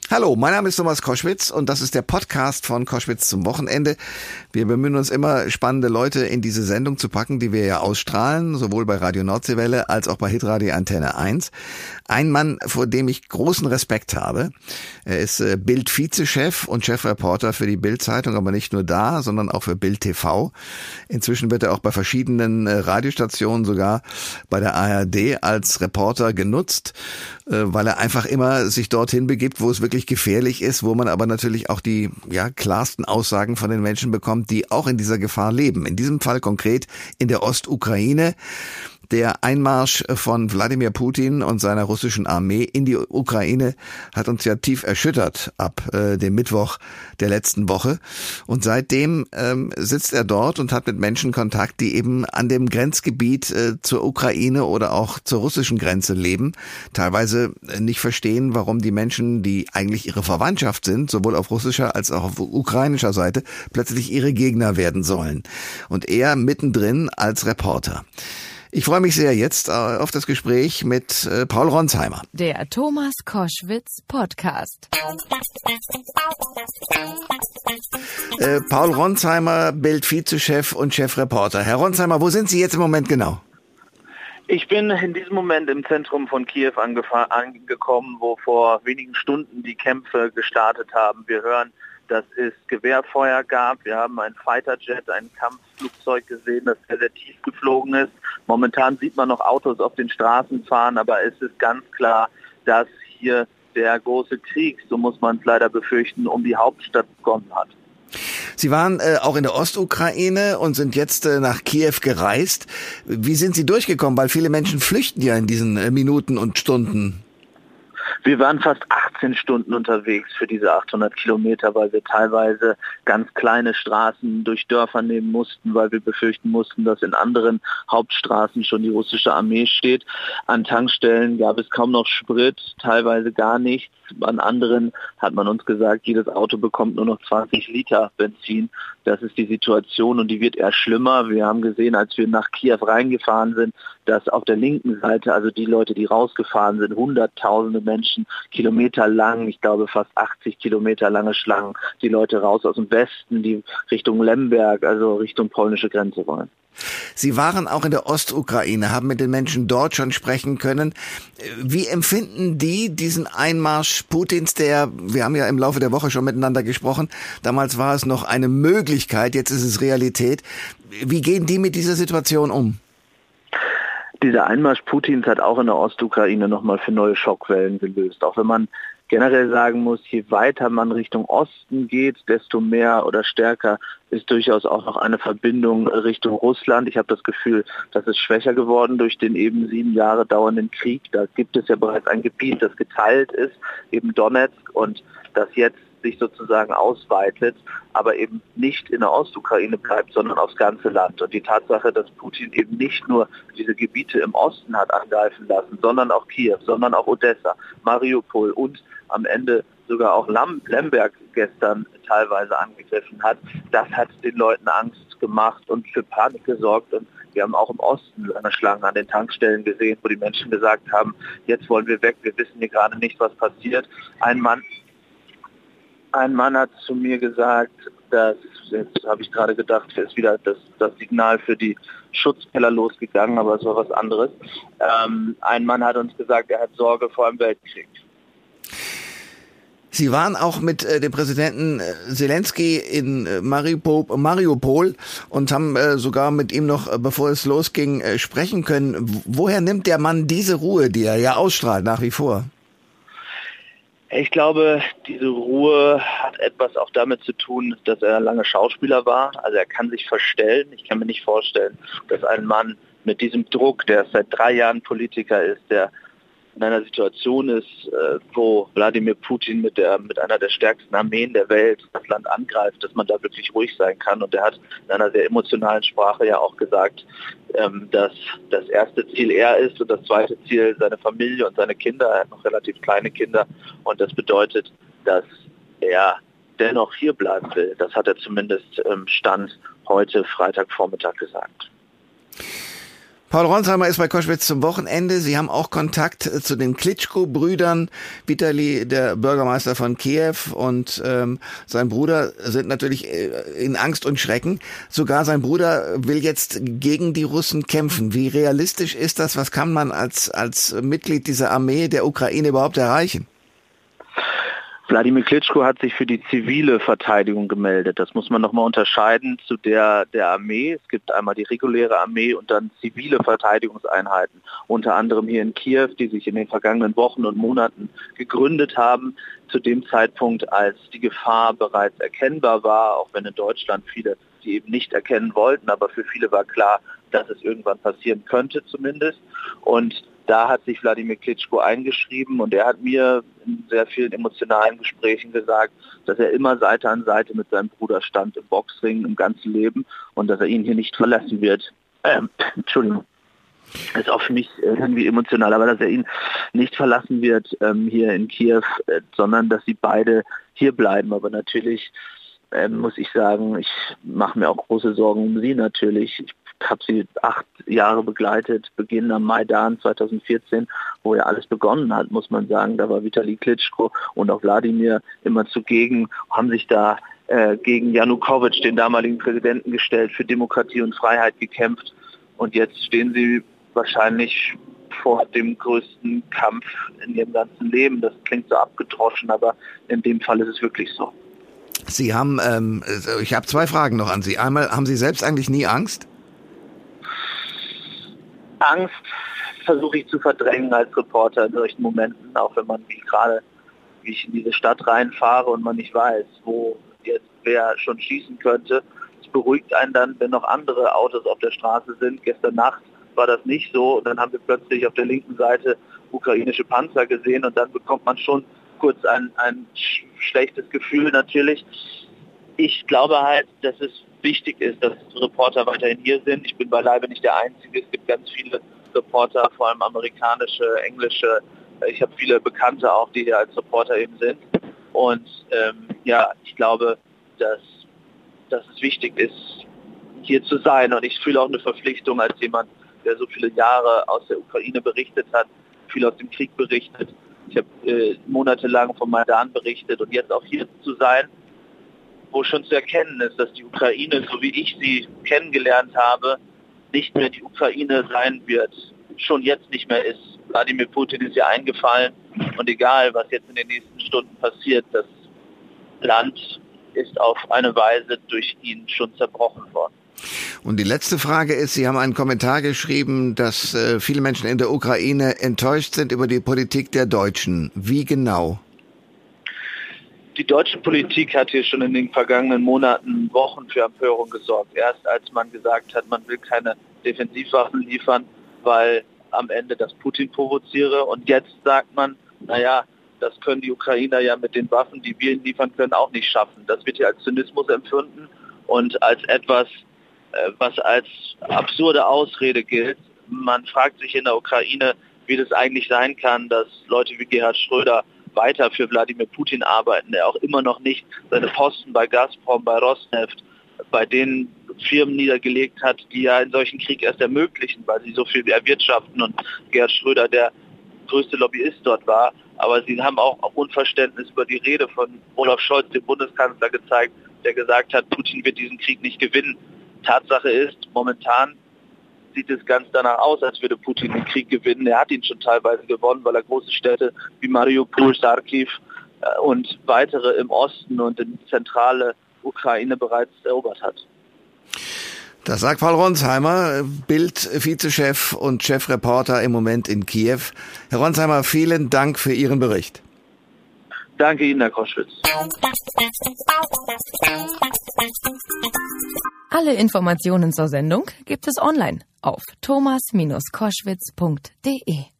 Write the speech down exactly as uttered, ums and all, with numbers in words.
Hallo, mein Name ist Thomas Koschwitz und das ist der Podcast von Koschwitz zum Wochenende. Wir bemühen uns immer, spannende Leute in diese Sendung zu packen, die wir ja ausstrahlen, sowohl bei Radio Nordseewelle als auch bei Hitradio Antenne eins. Ein Mann, vor dem ich großen Respekt habe. Er ist Bild-Vizechef und Chefreporter für die Bild-Zeitung, aber nicht nur da, sondern auch für Bild T V. Inzwischen wird er auch bei verschiedenen Radiostationen, sogar bei der A R D, als Reporter genutzt, weil er einfach immer sich dorthin begibt, wo es wirklich gefährlich ist, wo man aber natürlich auch die ja klarsten Aussagen von den Menschen bekommt, die auch in dieser Gefahr leben. In diesem Fall konkret in der Ostukraine. Der Einmarsch von Wladimir Putin und seiner russischen Armee in die Ukraine hat uns ja tief erschüttert ab äh, dem Mittwoch der letzten Woche. Und seitdem ähm, sitzt er dort und hat mit Menschen Kontakt, die eben an dem Grenzgebiet äh, zur Ukraine oder auch zur russischen Grenze leben. Teilweise äh, nicht verstehen, warum die Menschen, die eigentlich ihre Verwandtschaft sind, sowohl auf russischer als auch auf ukrainischer Seite, plötzlich ihre Gegner werden sollen. Und er mittendrin als Reporter. Ich freue mich sehr jetzt auf das Gespräch mit äh, Paul Ronsheimer. Der Thomas Koschwitz Podcast. Äh, Paul Ronsheimer, Bild-Vizechef und Chefreporter. Herr Ronsheimer, wo sind Sie jetzt im Moment genau? Ich bin in diesem Moment im Zentrum von Kiew angefahren, angekommen, wo vor wenigen Stunden die Kämpfe gestartet haben. Wir hören, dass es Gewehrfeuer gab. Wir haben ein Fighterjet, ein Kampfflugzeug gesehen, das sehr, sehr tief geflogen ist. Momentan sieht man noch Autos auf den Straßen fahren, aber es ist ganz klar, dass hier der große Krieg, so muss man es leider befürchten, um die Hauptstadt begonnen hat. Sie waren äh, auch in der Ostukraine und sind jetzt äh, nach Kiew gereist. Wie sind Sie durchgekommen? Weil viele Menschen flüchten ja in diesen äh, Minuten und Stunden. Wir waren fast achtzehn Stunden unterwegs für diese achthundert Kilometer, weil wir teilweise ganz kleine Straßen durch Dörfer nehmen mussten, weil wir befürchten mussten, dass in anderen Hauptstraßen schon die russische Armee steht. An Tankstellen gab es kaum noch Sprit, teilweise gar nichts. An anderen hat man uns gesagt, jedes Auto bekommt nur noch zwanzig Liter Benzin. Das ist die Situation und die wird eher schlimmer. Wir haben gesehen, als wir nach Kiew reingefahren sind, dass auf der linken Seite, also die Leute, die rausgefahren sind, hunderttausende Menschen, Kilometer lang, ich glaube fast achtzig Kilometer lange Schlangen, die Leute raus aus dem Westen, die Richtung Lemberg, also Richtung polnische Grenze wollen. Sie waren auch in der Ostukraine, haben mit den Menschen dort schon sprechen können. Wie empfinden die diesen Einmarsch Putins, der, wir haben ja im Laufe der Woche schon miteinander gesprochen, damals war es noch eine Möglichkeit, jetzt ist es Realität. Wie gehen die mit dieser Situation um? Dieser Einmarsch Putins hat auch in der Ostukraine nochmal für neue Schockwellen gelöst. Auch wenn man generell sagen muss, je weiter man Richtung Osten geht, desto mehr oder stärker ist durchaus auch noch eine Verbindung Richtung Russland. Ich habe das Gefühl, das ist schwächer geworden durch den eben sieben Jahre dauernden Krieg. Da gibt es ja bereits ein Gebiet, das geteilt ist, eben Donetsk, und das jetzt sich sozusagen ausweitet, aber eben nicht in der Ostukraine bleibt, sondern aufs ganze Land. Und die Tatsache, dass Putin eben nicht nur diese Gebiete im Osten hat angreifen lassen, sondern auch Kiew, sondern auch Odessa, Mariupol und am Ende sogar auch Lemberg gestern teilweise angegriffen hat, das hat den Leuten Angst gemacht und für Panik gesorgt. Und wir haben auch im Osten eine Schlange an den Tankstellen gesehen, wo die Menschen gesagt haben, jetzt wollen wir weg, wir wissen hier gerade nicht, was passiert. Ein Mann Ein Mann hat zu mir gesagt, dass, jetzt habe ich gerade gedacht, ist wieder das, das Signal für die Schutzkeller losgegangen, aber es war was anderes. Ähm, ein Mann hat uns gesagt, er hat Sorge vor einem Weltkrieg. Sie waren auch mit äh, dem Präsidenten äh, Zelensky in äh, Mariupol, Mariupol und haben äh, sogar mit ihm noch, äh, bevor es losging, äh, sprechen können. Woher nimmt der Mann diese Ruhe, die er ja ausstrahlt nach wie vor? Ich glaube, diese Ruhe hat etwas auch damit zu tun, dass er lange Schauspieler war. Also er kann sich verstellen. Ich kann mir nicht vorstellen, dass ein Mann mit diesem Druck, der seit drei Jahren Politiker ist, der in einer Situation ist, wo Wladimir Putin mit der mit einer der stärksten Armeen der Welt das Land angreift, dass man da wirklich ruhig sein kann. Und er hat in einer sehr emotionalen Sprache ja auch gesagt, dass das erste Ziel er ist und das zweite Ziel seine Familie und seine Kinder. Er hat noch relativ kleine Kinder und das bedeutet, dass er dennoch hier bleiben will. Das hat er zumindest im Stand heute Freitagvormittag gesagt. Paul Ronsheimer ist bei Koschwitz zum Wochenende. Sie haben auch Kontakt zu den Klitschko-Brüdern. Vitali, der Bürgermeister von Kiew, und ähm, sein Bruder sind natürlich in Angst und Schrecken. Sogar sein Bruder will jetzt gegen die Russen kämpfen. Wie realistisch ist das? Was kann man als als Mitglied dieser Armee der Ukraine überhaupt erreichen? Wladimir Klitschko hat sich für die zivile Verteidigung gemeldet. Das muss man nochmal unterscheiden zu der der Armee. Es gibt einmal die reguläre Armee und dann zivile Verteidigungseinheiten, unter anderem hier in Kiew, die sich in den vergangenen Wochen und Monaten gegründet haben, zu dem Zeitpunkt, als die Gefahr bereits erkennbar war, auch wenn in Deutschland viele die eben nicht erkennen wollten, aber für viele war klar, dass es irgendwann passieren könnte zumindest. Und da hat sich Wladimir Klitschko eingeschrieben und er hat mir in sehr vielen emotionalen Gesprächen gesagt, dass er immer Seite an Seite mit seinem Bruder stand im Boxring, im ganzen Leben, und dass er ihn hier nicht verlassen wird. Ähm, Entschuldigung. Das ist auch für mich irgendwie emotional, aber dass er ihn nicht verlassen wird ähm, hier in Kiew, äh, sondern dass sie beide hier bleiben. Aber natürlich ähm, muss ich sagen, ich mache mir auch große Sorgen um sie natürlich. Ich Ich habe sie acht Jahre begleitet, Beginn am Maidan zweitausendvierzehn, wo ja alles begonnen hat, muss man sagen. Da war Vitali Klitschko und auch Wladimir immer zugegen, haben sich da äh, gegen Janukowitsch, den damaligen Präsidenten, gestellt, für Demokratie und Freiheit gekämpft. Und jetzt stehen sie wahrscheinlich vor dem größten Kampf in ihrem ganzen Leben. Das klingt so abgedroschen, aber in dem Fall ist es wirklich so. Sie haben, ähm, ich habe zwei Fragen noch an Sie. Einmal, haben Sie selbst eigentlich nie Angst? Angst versuche ich zu verdrängen als Reporter in solchen Momenten, auch wenn man wie gerade, wie ich in diese Stadt reinfahre und man nicht weiß, wo jetzt wer schon schießen könnte. Es beruhigt einen dann, wenn noch andere Autos auf der Straße sind. Gestern Nacht war das nicht so und dann haben wir plötzlich auf der linken Seite ukrainische Panzer gesehen und dann bekommt man schon kurz ein, ein sch- schlechtes Gefühl natürlich. Ich glaube halt, dass es wichtig ist, dass Reporter weiterhin hier sind. Ich bin beileibe nicht der Einzige. Es gibt ganz viele Reporter, vor allem amerikanische, englische. Ich habe viele Bekannte auch, die hier als Reporter eben sind. Und ähm, ja, ich glaube, dass, dass es wichtig ist, hier zu sein. Und ich fühle auch eine Verpflichtung als jemand, der so viele Jahre aus der Ukraine berichtet hat, viel aus dem Krieg berichtet. Ich habe äh, monatelang vom Maidan berichtet und jetzt auch hier zu sein, wo schon zu erkennen ist, dass die Ukraine, so wie ich sie kennengelernt habe, nicht mehr die Ukraine sein wird, schon jetzt nicht mehr ist. Wladimir Putin ist ja eingefallen und egal, was jetzt in den nächsten Stunden passiert, das Land ist auf eine Weise durch ihn schon zerbrochen worden. Und die letzte Frage ist, Sie haben einen Kommentar geschrieben, dass äh, viele Menschen in der Ukraine enttäuscht sind über die Politik der Deutschen. Wie genau? Die deutsche Politik hat hier schon in den vergangenen Monaten, Wochen für Empörung gesorgt. Erst als man gesagt hat, man will keine Defensivwaffen liefern, weil am Ende das Putin provoziere. Und jetzt sagt man, naja, das können die Ukrainer ja mit den Waffen, die wir ihnen liefern können, auch nicht schaffen. Das wird hier als Zynismus empfunden und als etwas, was als absurde Ausrede gilt. Man fragt sich in der Ukraine, wie das eigentlich sein kann, dass Leute wie Gerhard Schröder weiter für Wladimir Putin arbeiten, der auch immer noch nicht seine Posten bei Gazprom, bei Rosneft, bei den Firmen niedergelegt hat, die ja einen solchen Krieg erst ermöglichen, weil sie so viel erwirtschaften und Gerhard Schröder der größte Lobbyist dort war. Aber sie haben auch Unverständnis über die Rede von Olaf Scholz, dem Bundeskanzler, gezeigt, der gesagt hat, Putin wird diesen Krieg nicht gewinnen. Tatsache ist, momentan sieht es ganz danach aus, als würde Putin den Krieg gewinnen. Er hat ihn schon teilweise gewonnen, weil er große Städte wie Mariupol, Charkiw und weitere im Osten und in zentrale Ukraine bereits erobert hat. Das sagt Paul Ronsheimer, Bild-Vizechef und Chefreporter im Moment in Kiew. Herr Ronsheimer, vielen Dank für Ihren Bericht. Danke Ihnen, Herr Koschwitz. Alle Informationen zur Sendung gibt es online auf thomas Bindestrich koschwitz punkt de.